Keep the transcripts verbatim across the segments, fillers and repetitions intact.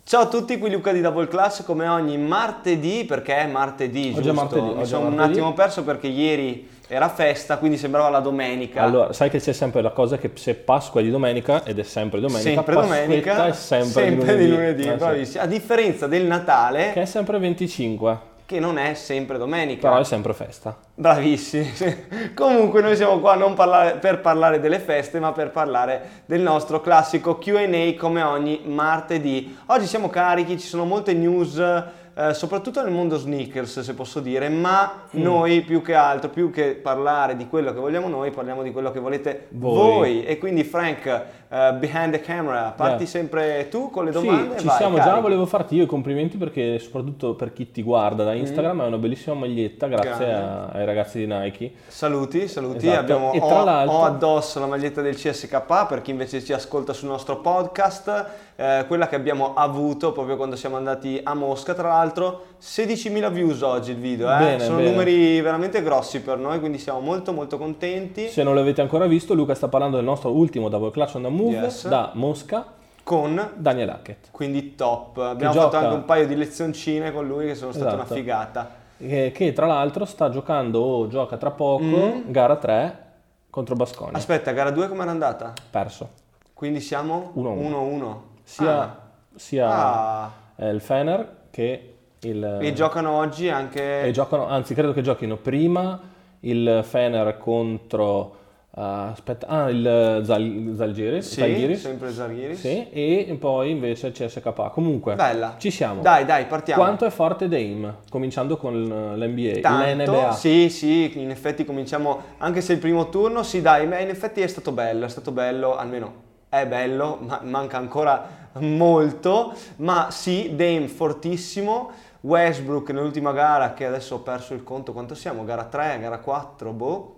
Ciao a tutti, qui Luca di Double Class, come ogni martedì, perché è martedì, Oggi giusto? è martedì, Mi oggi sono è un martedì. attimo perso perché ieri era festa, quindi sembrava la domenica. Allora, sai che c'è sempre la cosa che se Pasqua è di domenica, ed è sempre domenica, sempre Pasquetta domenica, è sempre, sempre di di lunedì. lunedì, Eh, sì. bravissimo. A differenza del Natale, Che è sempre venticinque, che non è sempre domenica. però è sempre festa. Bravissimi. Comunque noi siamo qua non parlare- per parlare delle feste, ma per parlare del nostro classico Q and A come ogni martedì. Oggi siamo carichi, ci sono molte news, eh, soprattutto nel mondo sneakers, se posso dire, ma Mm. noi più che altro, più che parlare di quello che vogliamo noi, parliamo di quello che volete voi. Voi. E quindi Frank, eh, behind the camera, parti Yeah. sempre tu con le domande? Sì, ci Vai, siamo già, carichi. volevo farti io i complimenti perché soprattutto per chi ti guarda da Instagram è una bellissima maglietta grazie Grande. a- ai ragazzi di Nike. Saluti, saluti. Esatto. Abbiamo, E ho, tra l'altro- ho addosso la maglietta del C S K A per chi invece ci ascolta sul nostro podcast, eh, quella che abbiamo avuto proprio quando siamo andati a Mosca. Tra l'altro sedicimila views oggi il video, eh. Bene, sono bene. numeri veramente grossi per noi, quindi siamo molto molto contenti. Se non l'avete ancora visto, Luca sta parlando del nostro ultimo Double Clutch on the Move Yes. da Mosca, Con Daniel Hackett. quindi top. Abbiamo gioca- fatto anche un paio di lezioncine con lui che sono state una Esatto. figata. Che, che tra l'altro sta giocando o gioca tra poco Mm. gara tre contro Baskonia. Aspetta, gara due com'era andata? Perso. Quindi siamo uno a uno. uno a uno. Sia, Ah. sia Ah. eh, il Fener che il... E giocano oggi anche... e giocano, anzi credo che giochino prima il Fener contro... eh, aspetta, ah, il Zal, Zalgiris, Sì, Zalgiris. sempre Zalgiris. Sì, e poi invece C S K A. Comunque, Bella. ci siamo. Dai, dai, partiamo. Quanto è forte Dame? Cominciando con l'N B A, Tanto, l'N B A. sì, sì, in effetti cominciamo, anche se il primo turno, sì dai, ma in effetti è stato bello, è stato bello, almeno è bello, ma manca ancora molto, ma sì, Dame fortissimo, Westbrook nell'ultima gara, che adesso ho perso il conto, quanto siamo? Gara tre, gara quattro, boh.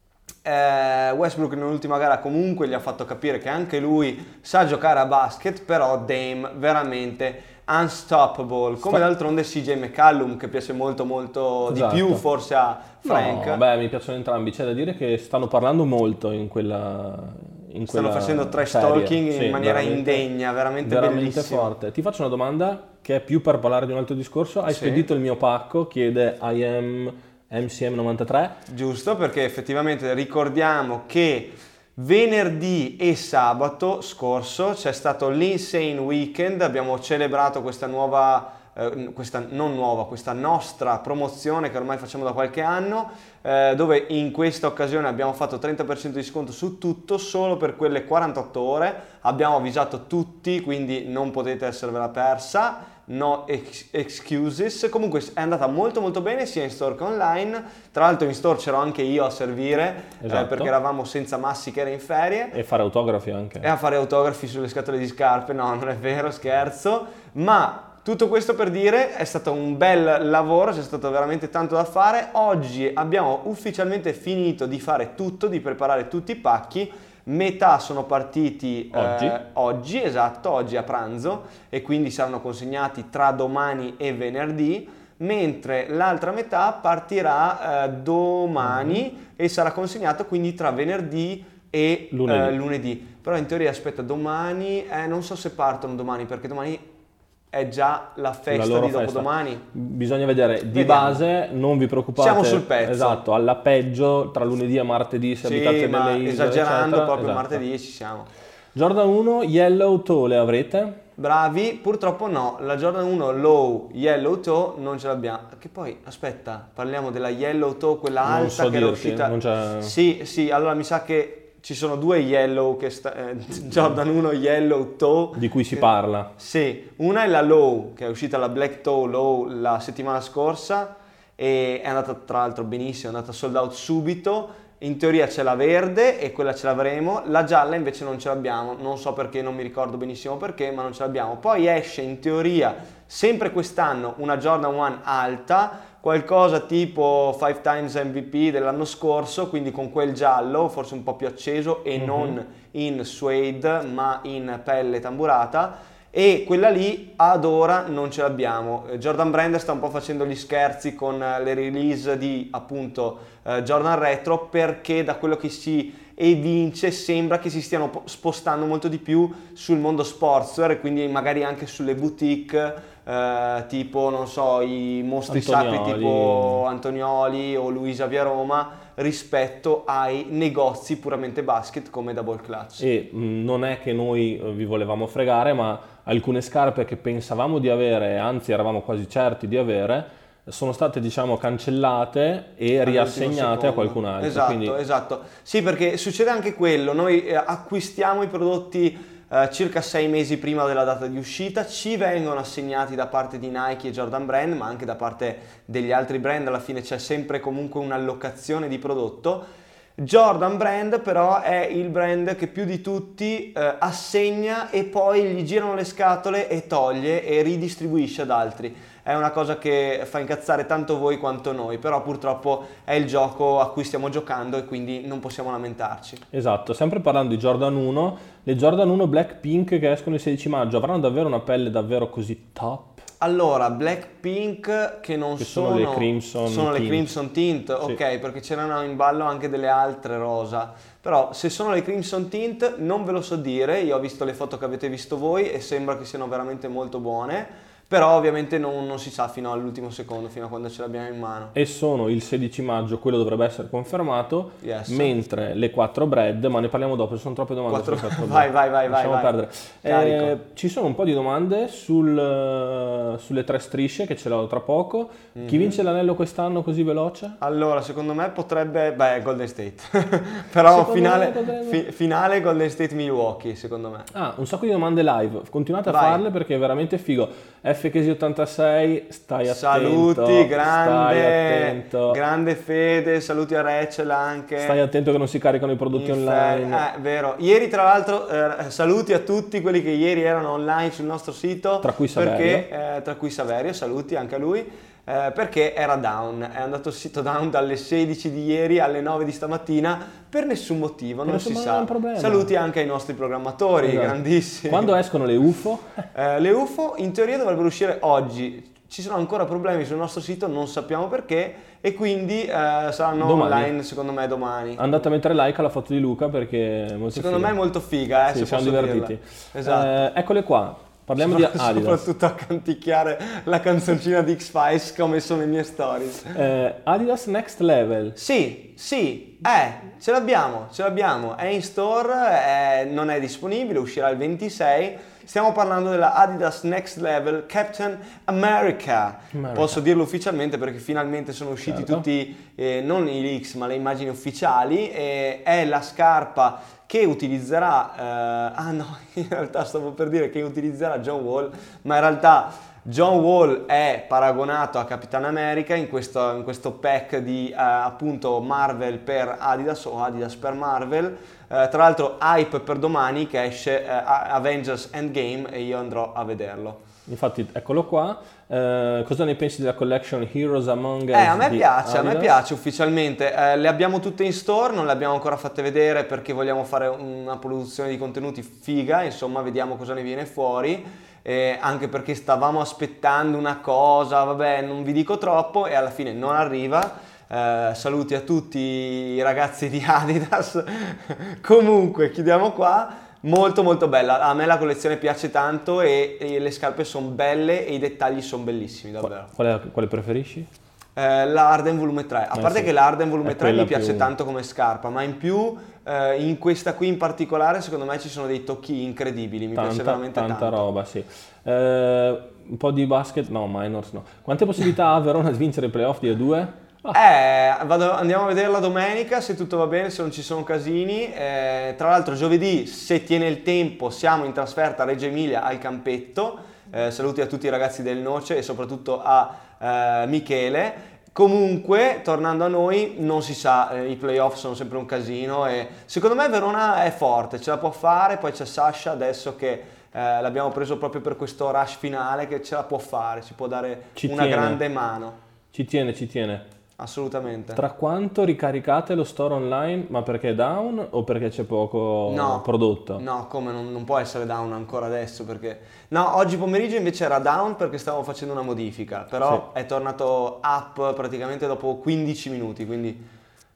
Eh, Westbrook nell'ultima gara comunque gli ha fatto capire che anche lui sa giocare a basket, però Dame veramente unstoppable, come Sta- d'altronde C J McCallum che piace molto molto Esatto. di più forse a Frank. No, beh, mi piacciono entrambi. C'è da dire che stanno parlando molto in quella. In Stanno quella facendo trash serie. talking in Sì, maniera veramente- indegna, veramente, veramente bellissimo. forte. Ti faccio una domanda che è più per parlare di un altro discorso. Hai Sì. spedito il mio pacco? Chiede I am M C M novantatré. Giusto, perché effettivamente ricordiamo che venerdì e sabato scorso c'è stato l'Insane Weekend, abbiamo celebrato questa nuova, eh, questa non nuova, questa nostra promozione che ormai facciamo da qualche anno, eh, dove in questa occasione abbiamo fatto trenta per cento di sconto su tutto, solo per quelle quarantotto ore, abbiamo avvisato tutti, quindi non potete esservela persa. No ex- excuses. Comunque è andata molto molto bene sia in store che online. Tra l'altro in store c'ero anche io a servire, eh, Esatto. perché eravamo senza Massi che era in ferie, E fare autografi anche. e a fare autografi sulle scatole di scarpe. No, non è vero, scherzo. Ma tutto questo per dire è stato un bel lavoro, c'è stato veramente tanto da fare. Oggi abbiamo ufficialmente finito di fare tutto, di preparare tutti i pacchi. Metà sono partiti Oggi. eh, oggi, esatto, oggi a pranzo, e quindi saranno consegnati tra domani e venerdì, mentre l'altra metà partirà eh, domani e sarà consegnato quindi tra venerdì e Lunedì. eh, lunedì. Però in teoria, aspetta, domani, eh, non so se partono domani, perché domani è già la La festa loro di festa. dopodomani. Bisogna vedere. Di Vediamo. base non vi preoccupate. Siamo sul pezzo. Esatto, alla peggio tra lunedì e martedì se Sì, abitate ma nelle isole, esagerando, eccetera. proprio Esatto. martedì ci siamo. Jordan uno, Yellow Toe le avrete? Bravi, purtroppo no, la Jordan uno Low Yellow Toe non ce l'abbiamo. Che poi, aspetta, parliamo della Yellow Toe, quella Non alta so che era dirti, uscita. non c'è- Sì, sì, allora mi sa che ci sono due Yellow che sta... eh, Jordan uno Yellow Toe. Di cui si che- parla. Sì, una è la Low, che è uscita la Black Toe Low la settimana scorsa e è andata tra l'altro benissimo, è andata sold out subito. In teoria c'è la verde e quella ce l'avremo, la gialla invece non ce l'abbiamo, non so perché, non mi ricordo benissimo perché, ma non ce l'abbiamo. Poi esce in teoria sempre quest'anno una Jordan uno alta, qualcosa tipo five times M V P dell'anno scorso, quindi con quel giallo, forse un po' più acceso e Mhm. non in suede ma in pelle tamburata. E quella lì ad ora non ce l'abbiamo. Jordan Brand sta un po' facendo gli scherzi con le release di appunto eh, Jordan Retro, perché da quello che si e vince, sembra che si stiano po- spostando molto di più sul mondo sportswear e quindi magari anche sulle boutique eh, tipo, non so, i mostri Antonioli. sacri tipo Antonioli o Luisa via Roma rispetto ai negozi puramente basket come Double Clutch. E mh, non è che noi eh, vi volevamo fregare, ma alcune scarpe che pensavamo di avere, anzi eravamo quasi certi di avere, sono state diciamo cancellate e riassegnate a qualcun altro. Esatto, quindi... esatto. Sì, perché succede anche quello, noi eh, acquistiamo i prodotti eh, circa sei mesi prima della data di uscita, ci vengono assegnati da parte di Nike e Jordan Brand, ma anche da parte degli altri brand, alla fine c'è sempre comunque un'allocazione di prodotto. Jordan Brand però è il brand che più di tutti eh, assegna e poi gli girano le scatole e toglie e ridistribuisce ad altri. È una cosa che fa incazzare tanto voi quanto noi, però purtroppo è il gioco a cui stiamo giocando e quindi non possiamo lamentarci. Esatto, sempre parlando di Jordan uno, le Jordan uno Blackpink che escono il sedici maggio avranno davvero una pelle davvero così top? Allora, Blackpink che non Che sono, sono le Crimson sono le Tint. Crimson Tint, Sì. ok, perché c'erano in ballo anche delle altre rosa, però se sono le Crimson Tint non ve lo so dire, io ho visto le foto che avete visto voi e sembra che siano veramente molto buone, però ovviamente non, non si sa fino all'ultimo secondo, fino a quando ce l'abbiamo in mano. E sono il sedici maggio, quello dovrebbe essere confermato, Yes. mentre le quattro bread, ma ne parliamo dopo, ci sono troppe domande Quattro- sulle quattro vai, bread. vai, vai, vai, Lasciamo vai. perdere. Carico. Eh, ci sono un po' di domande sul, sulle tre strisce che ce l'ho tra poco. Mhm. Chi vince l'anello quest'anno così veloce? Allora, secondo me potrebbe, beh, Golden State, però Secondo finale, me potrebbe- fi- finale Golden State Milwaukee, secondo me. Ah, un sacco di domande live, continuate a Vai. farle perché è veramente figo. F K S ottantasei, stai attento. Saluti, Stai grande, attento. grande Fede, saluti a Rachel anche. Stai attento che non si caricano i prodotti In online. fe- Eh, vero. Ieri tra l'altro eh, saluti a tutti quelli che ieri erano online sul nostro sito. Tra cui Saverio. Perché, eh, tra cui Saverio, saluti anche a lui. eh, perché era down, è andato il sito down dalle sedici di ieri alle nove di stamattina per nessun motivo, non nessun- si ma sa. non è un problema. Saluti anche ai nostri programmatori, Esatto. grandissimi. Quando escono le U F O? Eh, le U F O in teoria dovrebbero uscire oggi, ci sono ancora problemi sul nostro sito, non sappiamo perché e quindi eh, saranno Domani. online secondo me domani. Andate a mettere like alla foto di Luca perché è molto Secondo figa. me è molto figa, eh, Sì, se siamo posso divertiti. dirla. Esatto. Eh, eccole qua, parliamo di Adidas. Soprattutto a canticchiare la canzoncina di X-Files che ho messo nelle mie stories. Eh, Adidas Next Level. Sì, sì, eh, ce l'abbiamo, ce l'abbiamo, è in store, è- non è disponibile, uscirà il ventisei. Stiamo parlando della Adidas Next Level Captain America. America. Posso dirlo ufficialmente perché finalmente sono usciti Certo. tutti, eh, non i leaks, ma le immagini ufficiali. E è la scarpa che utilizzerà, eh, ah no, in realtà stavo per dire che utilizzerà John Wall, ma in realtà John Wall è paragonato a Capitan America in questo, in questo pack di eh, appunto Marvel per Adidas o Adidas per Marvel. Eh, tra l'altro hype per domani che esce eh, Avengers Endgame e io andrò a vederlo. Infatti, eccolo qua. Eh, cosa ne pensi della collection Heroes Among Us? Eh, a me di piace, a me Adidas? piace ufficialmente. Eh, le abbiamo tutte in store, non le abbiamo ancora fatte vedere perché vogliamo fare una produzione di contenuti figa, insomma, vediamo cosa ne viene fuori. Eh, anche perché stavamo aspettando una cosa, vabbè, non vi dico troppo e alla fine non arriva. Eh, saluti a tutti i ragazzi di Adidas. Comunque, chiudiamo qua. Molto molto bella, a me la collezione piace tanto e, e le scarpe sono belle e i dettagli sono bellissimi davvero. Qual è- quale preferisci? Eh, la Arden Volume tre, a Eh parte sì, che la Arden Volume è tre mi quella piace più- tanto come scarpa, ma in più eh, in questa qui in particolare secondo me ci sono dei tocchi incredibili, mi piace Tanta, veramente tanta tanto. roba, sì. Eh, un po' di basket, no, minors no. Quante possibilità ha Verona di vincere i playoff di A due? Eh, vado- andiamo a vederla domenica se tutto va bene, se non ci sono casini. Eh, tra l'altro giovedì, se tiene il tempo, siamo in trasferta a Reggio Emilia al campetto. Eh, saluti a tutti i ragazzi del Noce e soprattutto a eh, Michele. Comunque, tornando a noi, non si sa, eh, i playoff sono sempre un casino e secondo me Verona è forte, ce la può fare, poi c'è Sasha adesso che eh, l'abbiamo preso proprio per questo rush finale che ce la può fare, ci può dare Ci una tiene. grande mano, Ci tiene, ci tiene. assolutamente. Tra quanto ricaricate lo store online? Ma perché è down o perché c'è poco No, prodotto? No, come non, non può essere down ancora adesso perché... No, oggi pomeriggio invece era down perché stavo facendo una modifica, però è tornato up praticamente dopo quindici minuti, quindi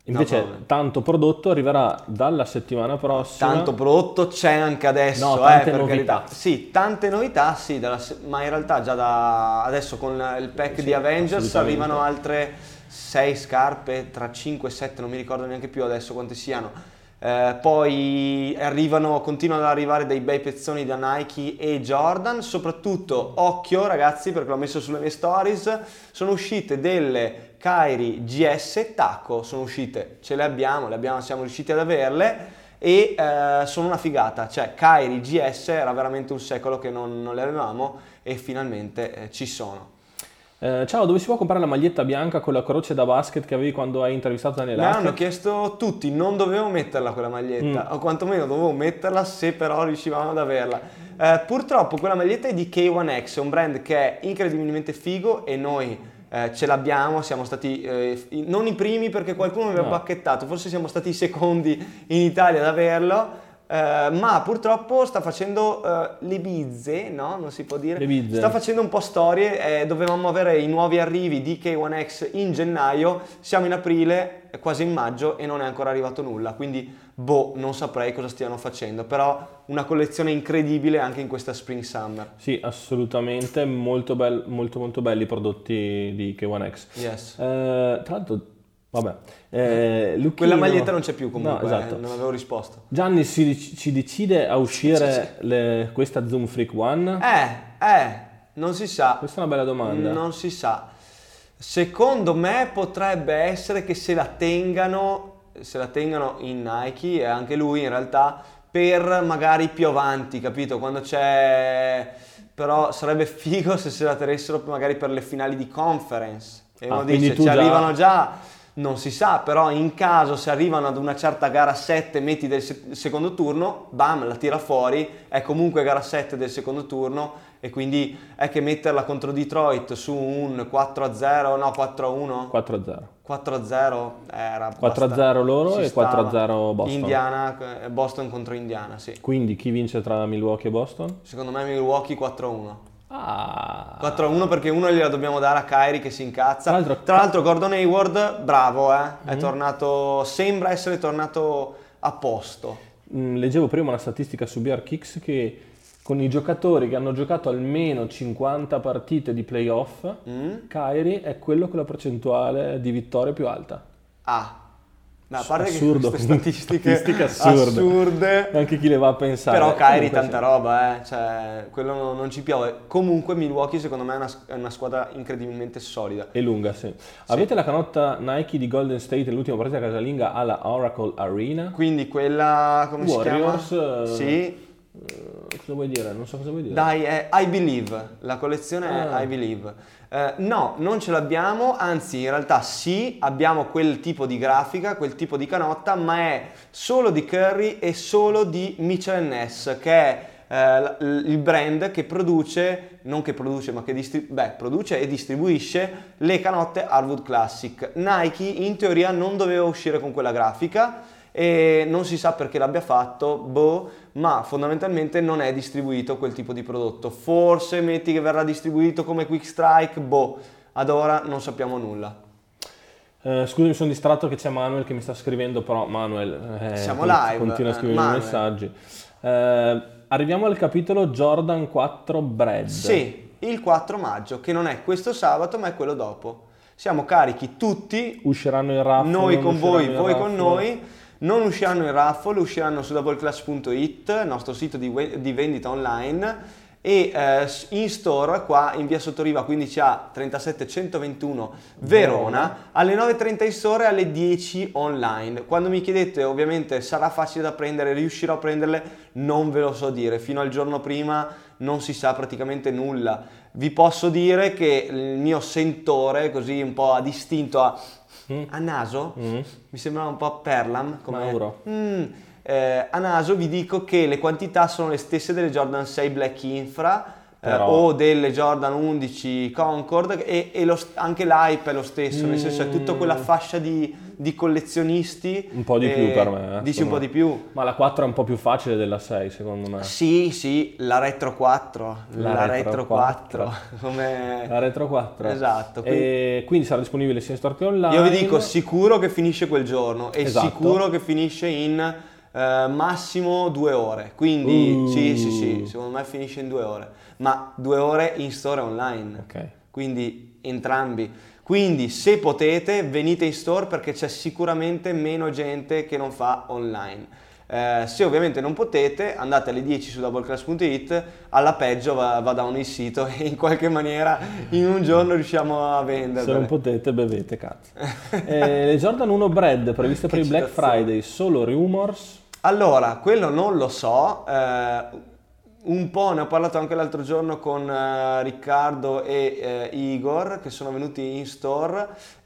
Invece No problem. tanto prodotto arriverà dalla settimana prossima. Tanto prodotto c'è anche adesso, No, eh, tante per novità. carità. Sì, tante novità, sì, dalla se- ma in realtà già da adesso con il pack Sì, di Avengers assolutamente. arrivano altre sei scarpe, tra cinque e sette, non mi ricordo neanche più adesso quante siano. Eh, poi arrivano, continuano ad arrivare dei bei pezzoni da Nike e Jordan, soprattutto occhio ragazzi, perché l'ho messo sulle mie stories, sono uscite delle Kyrie G S Taco, sono uscite, ce le abbiamo, le abbiamo, siamo riusciti ad averle e eh, sono una figata, cioè Kyrie G S era veramente un secolo che non, non le avevamo e finalmente eh, ci sono. Eh, ciao, dove si può comprare la maglietta bianca con la croce da basket che avevi quando hai intervistato Daniel Me l'hanno Hackett? chiesto tutti, non dovevo metterla quella maglietta, Mm. o quantomeno dovevo metterla se però riuscivamo ad averla. Eh, purtroppo quella maglietta è di K uno X, è un brand che è incredibilmente figo e noi eh, ce l'abbiamo, siamo stati eh, i- non i primi perché qualcuno mi aveva No. bacchettato, forse siamo stati i secondi in Italia ad averlo. Eh, ma purtroppo sta facendo eh, le bizze, no? Non si può dire. Le bizze. Sta facendo un po' storie, eh, dovevamo avere i nuovi arrivi di K uno X in gennaio, siamo in aprile, è quasi in maggio e non è ancora arrivato nulla, quindi boh, non saprei cosa stiano facendo, però una collezione incredibile anche in questa Spring Summer. Sì, assolutamente, molto, bel- molto, molto belli i prodotti di K uno X. Yes. Eh, tra l'altro, vabbè, eh, Lucchino- Quella maglietta non c'è più comunque, No, esatto. eh, non avevo risposto. Gianni si, ci decide a uscire le- questa Zoom Freak One? Eh, eh, non si sa. Questa è una bella domanda. Non si sa. Secondo me potrebbe essere che se la tengano, se la tengano in Nike e anche lui in realtà per magari più avanti, capito? Quando c'è... Però sarebbe figo se se la tenessero magari per le finali di conference. E Ah, uno quindi dice, tu ci già- arrivano già, non si sa, però in caso se arrivano ad una certa gara sette, metti del se- secondo turno, bam, la tira fuori, è comunque gara sette del secondo turno e quindi è che metterla contro Detroit su un quattro a zero, no quattro a uno, quattro a zero. quattro a zero era quattro a basta- zero loro ci e quattro a stava. zero Boston. Indiana, eh, Boston contro Indiana, sì. Quindi chi vince tra Milwaukee e Boston? Secondo me Milwaukee quattro a uno. Ah, quattro a uno perché uno gliela dobbiamo dare a Kyrie che si incazza. Tra l'altro- Tra l'altro Gordon Hayward, bravo, eh, è Mhm. tornato, sembra essere tornato a posto. Mm, leggevo prima una statistica su B R Kicks che con i giocatori che hanno giocato almeno cinquanta partite di playoff, Mm? Kyrie è quello con la percentuale di vittorie più alta. Ah, no, a parte Assurdo. che queste statistiche, Statistiche assurde. assurde, Anche chi le va a pensare. però Kyrie Comunque tanta sì. roba, eh, cioè quello non, non ci piove. Comunque Milwaukee secondo me è una, è una squadra incredibilmente solida. E lunga, sì. Avete la canotta Nike di Golden State nell'ultima partita casalinga alla Oracle Arena? Quindi quella, come Warriors, si chiama? eh, Sì, Eh, cosa vuoi dire? Non so cosa vuoi dire. dai, è I Believe, la collezione Ah. è I Believe. Eh, no, non ce l'abbiamo, anzi in realtà sì, abbiamo quel tipo di grafica, quel tipo di canotta, ma è solo di Curry e solo di Mitchell and Ness, che è eh, l- il brand che produce, non che produce, ma che distri- beh, produce e distribuisce le canotte Hardwood Classic. Nike in teoria non doveva uscire con quella grafica e non si sa perché l'abbia fatto, boh, ma fondamentalmente non è distribuito quel tipo di prodotto. Forse metti che verrà distribuito come Quick Strike, boh, ad ora non sappiamo nulla. Eh, scusa, mi sono distratto che c'è Manuel che mi sta scrivendo, però Manuel eh, Siamo con- live, continua a eh, scrivere Manuel. messaggi. Eh, arriviamo al capitolo Jordan quattro Bread. Sì, il quattro maggio, che non è questo sabato ma è quello dopo. Siamo carichi tutti, Usciranno in raffle. noi non con voi, usciranno in voi con raffle? noi. Non usciranno in raffle, usciranno su doubleclass punto it, il nostro sito di, we- di vendita online, e eh, in store qua in via Sottoriva quindici A trentasette centoventuno Verona, alle nove e trenta in store e alle dieci online. Quando mi chiedete ovviamente sarà facile da prendere, riuscirò a prenderle, non ve lo so dire, fino al giorno prima non si sa praticamente nulla. Vi posso dire che il mio sentore, così un po' a distinto a, Mm. a naso, Mm. mi sembrava un po' Perlam come Mauro. Mm, eh, a naso vi dico che le quantità sono le stesse delle Jordan sei Black Infra, Però... eh, o delle Jordan undici Concord e, e lo, anche l'hype è lo stesso, mm. nel senso è tutta quella fascia di, di collezionisti. Un po' di più per me. Eh, dici un po' di più. Ma la quattro è un po' più facile della sei secondo me. Sì, sì, la Retro quattro. La, la Retro, retro quattro. quattro. Come... La Retro quattro. Esatto. Quindi... E quindi sarà disponibile sia in store che online. Io vi dico sicuro che finisce quel giorno e esatto. sicuro che finisce in uh, massimo due ore. Quindi uh. sì, sì, sì, secondo me finisce in due ore. Ma due ore in store e online. Ok. Quindi entrambi. Quindi se potete venite in store perché c'è sicuramente meno gente che non fa online. Eh, se ovviamente non potete andate alle dieci su doubleclass punto it, alla peggio va, va down il sito e in qualche maniera in un giorno riusciamo a venderle. Se non potete bevete, cazzo. eh, le Jordan uno Bread previste per il Black Friday, solo rumors? Allora, quello non lo so. Eh, Un po' ne ho parlato anche l'altro giorno con uh, Riccardo e uh, Igor che sono venuti in store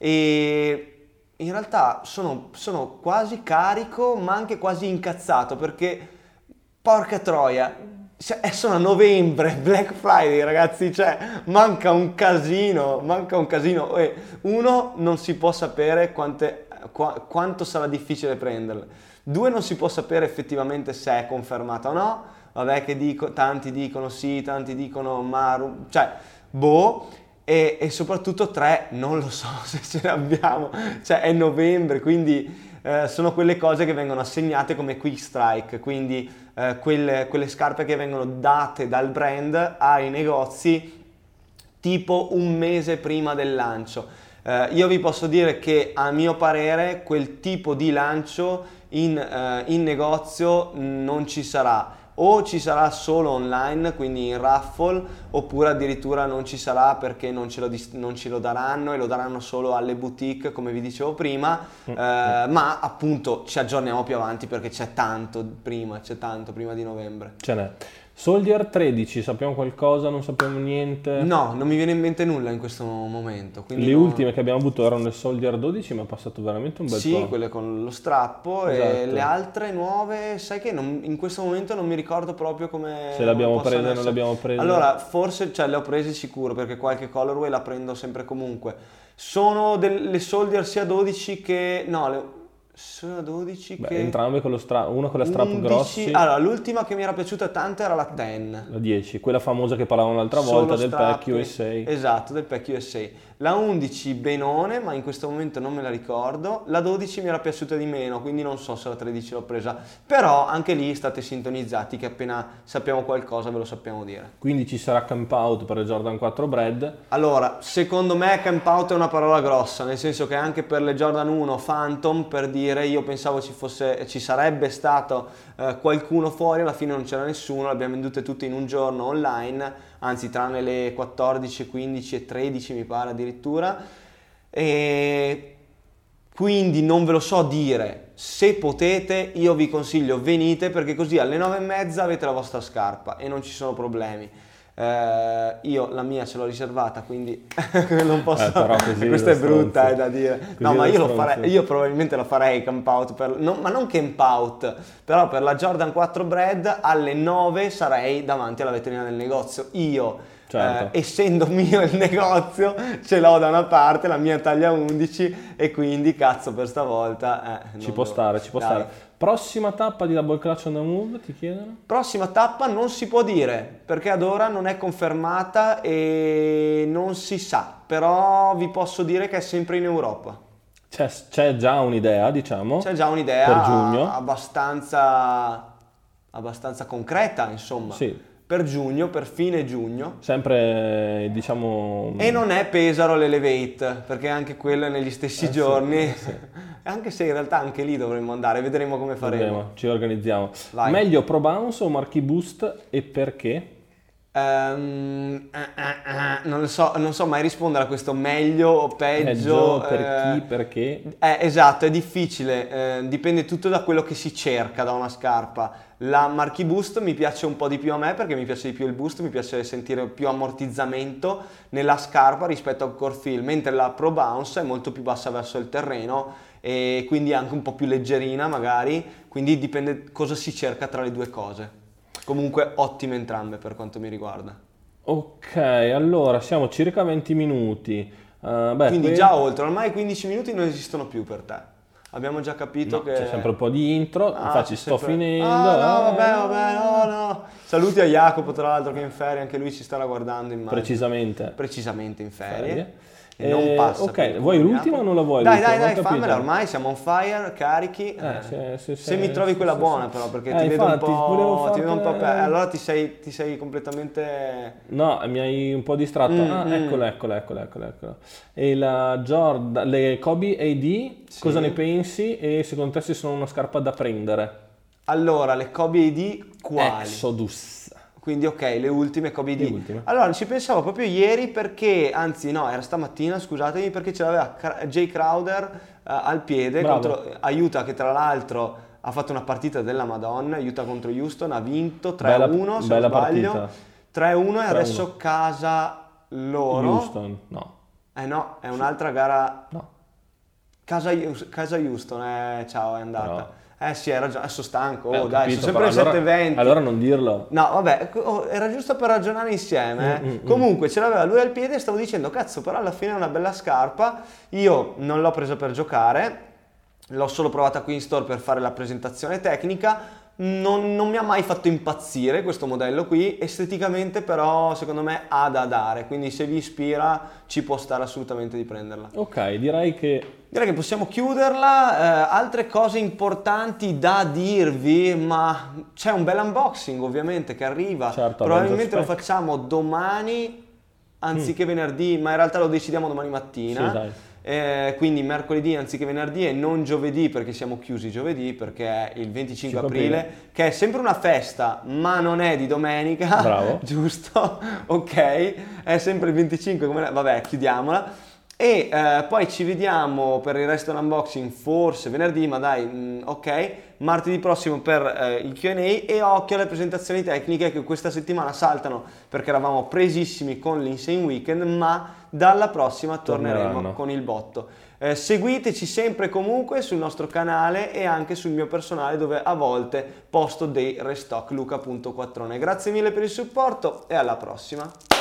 e in realtà sono, sono quasi carico ma anche quasi incazzato perché porca troia, sono a novembre, Black Friday ragazzi, cioè manca un casino, manca un casino e uno non si può sapere quante, qu- quanto sarà difficile prenderle, due non si può sapere effettivamente se è confermata o no. Vabbè che dico, tanti dicono sì, tanti dicono ma, cioè, boh, e, e soprattutto tre, non lo so se ce ne abbiamo, cioè è novembre, quindi eh, sono quelle cose che vengono assegnate come quick strike, quindi eh, quelle, quelle scarpe che vengono date dal brand ai negozi tipo un mese prima del lancio. Eh, io vi posso dire che a mio parere quel tipo di lancio in, eh, in negozio non ci sarà. O ci sarà solo online, quindi in raffle, oppure addirittura non ci sarà perché non ce lo, dis- non ce lo daranno e lo daranno solo alle boutique, come vi dicevo prima, eh, ma appunto ci aggiorniamo più avanti perché c'è tanto prima, c'è tanto prima di novembre. Ce n'è. Soldier tredici, sappiamo qualcosa, non sappiamo niente? No, non mi viene in mente nulla in questo momento. Le no... ultime che abbiamo avuto erano le Soldier dodici, ma è passato veramente un bel sì, po'. Sì, quelle con lo strappo esatto. E le altre nuove, sai che non, in questo momento non mi ricordo proprio come... Se le abbiamo prese o non le abbiamo prese. Allora, forse, cioè le ho prese sicuro perché qualche colorway la prendo sempre comunque. Sono delle Soldier sia dodici che... no, le... sono dodici Beh, che... entrambe con lo strap, una con la strap undici grossi. Allora, l'ultima che mi era piaciuta tanto era la dieci. La dieci, quella famosa che parlavamo l'altra Solo volta del strappi, Pack U S A. Esatto, del Pack U S A. La undici benone, ma in questo momento non me la ricordo. La dodici mi era piaciuta di meno, quindi non so se la tredici l'ho presa. Però anche lì state sintonizzati che appena sappiamo qualcosa ve lo sappiamo dire. Quindi ci sarà camp out per le Jordan quattro Bread. Allora, secondo me camp out è una parola grossa, nel senso che anche per le Jordan uno Phantom, per dire, io pensavo ci fosse, ci sarebbe stato eh, qualcuno fuori, alla fine non c'era nessuno, le abbiamo vendute tutte in un giorno online, anzi tranne le quattordici, quindici e tredici mi pare addirittura, e quindi non ve lo so dire. Se potete io vi consiglio venite perché così alle nove e mezza avete la vostra scarpa e non ci sono problemi. Eh, io la mia ce l'ho riservata, quindi non posso, eh, però così questa è brutta, è da dire. Così no, ma io, lo stronzo. farei, io probabilmente la farei camp out, per, non, ma non camp out, però per la Jordan quattro Bread alle nove sarei davanti alla vetrina del negozio. Io, certo. eh, essendo mio il negozio, ce l'ho da una parte, la mia taglia undici e quindi cazzo per stavolta. Eh, ci non può devo- stare, ci può Dai. stare. Prossima tappa di Double Clutch on the Move, ti chiedono? Prossima tappa non si può dire perché ad ora non è confermata e non si sa, però vi posso dire che è sempre in Europa. C'è, c'è già un'idea, diciamo. C'è già un'idea Per giugno. abbastanza, abbastanza concreta, insomma, Sì. per giugno, per fine giugno. Sempre, diciamo... E non è Pesaro l'Elevate, perché anche quello è negli stessi Eh, giorni, sì, sì. anche se in realtà anche lì dovremmo andare, vedremo come faremo. Vedremo, ci organizziamo. Vai. Meglio Pro Bounce o Marquee Boost e perché? Ehm, eh, eh, eh, non lo so, non so mai rispondere a questo meglio o peggio. Peggio, per eh, chi, perché? eh, esatto, è difficile, eh, dipende tutto da quello che si cerca da una scarpa. La Marquee Boost mi piace un po' di più a me perché mi piace di più il boost, mi piace sentire più ammortizzamento nella scarpa rispetto al core feel, mentre la Pro Bounce è molto più bassa verso il terreno e quindi anche un po' più leggerina magari, quindi dipende cosa si cerca tra le due cose. Comunque ottime entrambe per quanto mi riguarda. Ok, allora siamo circa venti minuti. Uh, beh, Quindi que- già oltre, ormai quindici minuti non esistono più per te. Abbiamo già capito No, che... c'è sempre un po' di intro, Ah, infatti c'è sto sempre- finendo. Ah, no, eh, vabbè, vabbè, no, no. Saluti a Jacopo, tra l'altro, che è in ferie, anche lui ci starà guardando, immagino. Precisamente. Precisamente in ferie. Ferie. E non Eh, passa. ok, per il vuoi comunicato. l'ultima o non la vuoi Dai, l'ultima? dai, Non dai, ho capito. fammela, ormai siamo on fire, carichi. Eh, Eh, se, se- Se mi se- trovi se- quella se- buona se- però, perché Eh, ti vedo un infatti, volevo po', ti vedo un po' fartene- pe- allora ti sei, ti sei completamente... No, mi hai un po' distratto. Mm, ah, mm. eccola, eccola, eccola, eccola, eccola. E la Jordan, le Kobe A D, Sì. cosa ne pensi? E secondo te se sono una scarpa da prendere? Allora, le Kobe A D quali? Exodus. Quindi ok, le ultime Kobe A D. Le ultime. Allora, ci pensavo proprio ieri perché, anzi no, era stamattina, scusatemi, perché ce l'aveva Cra- Jay Crowder eh, al piede Bravo. contro Utah, che tra l'altro ha fatto una partita della Madonna, Utah contro Houston, ha vinto tre a uno, Bella- se bella non sbaglio. partita. tre a uno e tre a uno. adesso casa loro. Houston, no. Eh no, è un'altra gara. No. Casa, casa Houston, eh, ciao, è andata. No. Eh sì, hai ragione, sono stanco. Eh, Oh, ho dai, capito, sono sempre però le allora- sette e venti. Allora non dirlo. No, vabbè, oh, era giusto per ragionare insieme. eh. Mm, mm, mm. Comunque ce l'aveva lui al piede e stavo dicendo, cazzo, però alla fine è una bella scarpa. Io non l'ho presa per giocare, l'ho solo provata qui in store per fare la presentazione tecnica. Non, non mi ha mai fatto impazzire questo modello qui, esteticamente però secondo me ha da dare, quindi se vi ispira ci può stare assolutamente di prenderla. Ok, direi che Direi che possiamo chiuderla. Eh, altre cose importanti da dirvi, ma c'è un bel unboxing ovviamente che arriva. Certo, Probabilmente lo Avengers facciamo domani anziché venerdì, ma in realtà lo decidiamo domani mattina. Sì, dai. Eh, quindi mercoledì anziché venerdì e non giovedì, perché siamo chiusi giovedì, perché è il venticinque aprile, aprile. che è sempre una festa, ma non è di domenica. Bravo. Giusto? Ok, è sempre il venticinque, come... vabbè, chiudiamola. E eh, poi ci vediamo per il resto dell'unboxing forse venerdì, ma dai, mh, ok, martedì prossimo per eh, il Q and A, e occhio alle presentazioni tecniche che questa settimana saltano perché eravamo presissimi con l'Insane Weekend, ma dalla prossima torneremo Torneranno. con il botto. Eh, seguiteci sempre comunque sul nostro canale e anche sul mio personale, dove a volte posto dei restock, luca punto quattrone. Grazie mille per il supporto e alla prossima.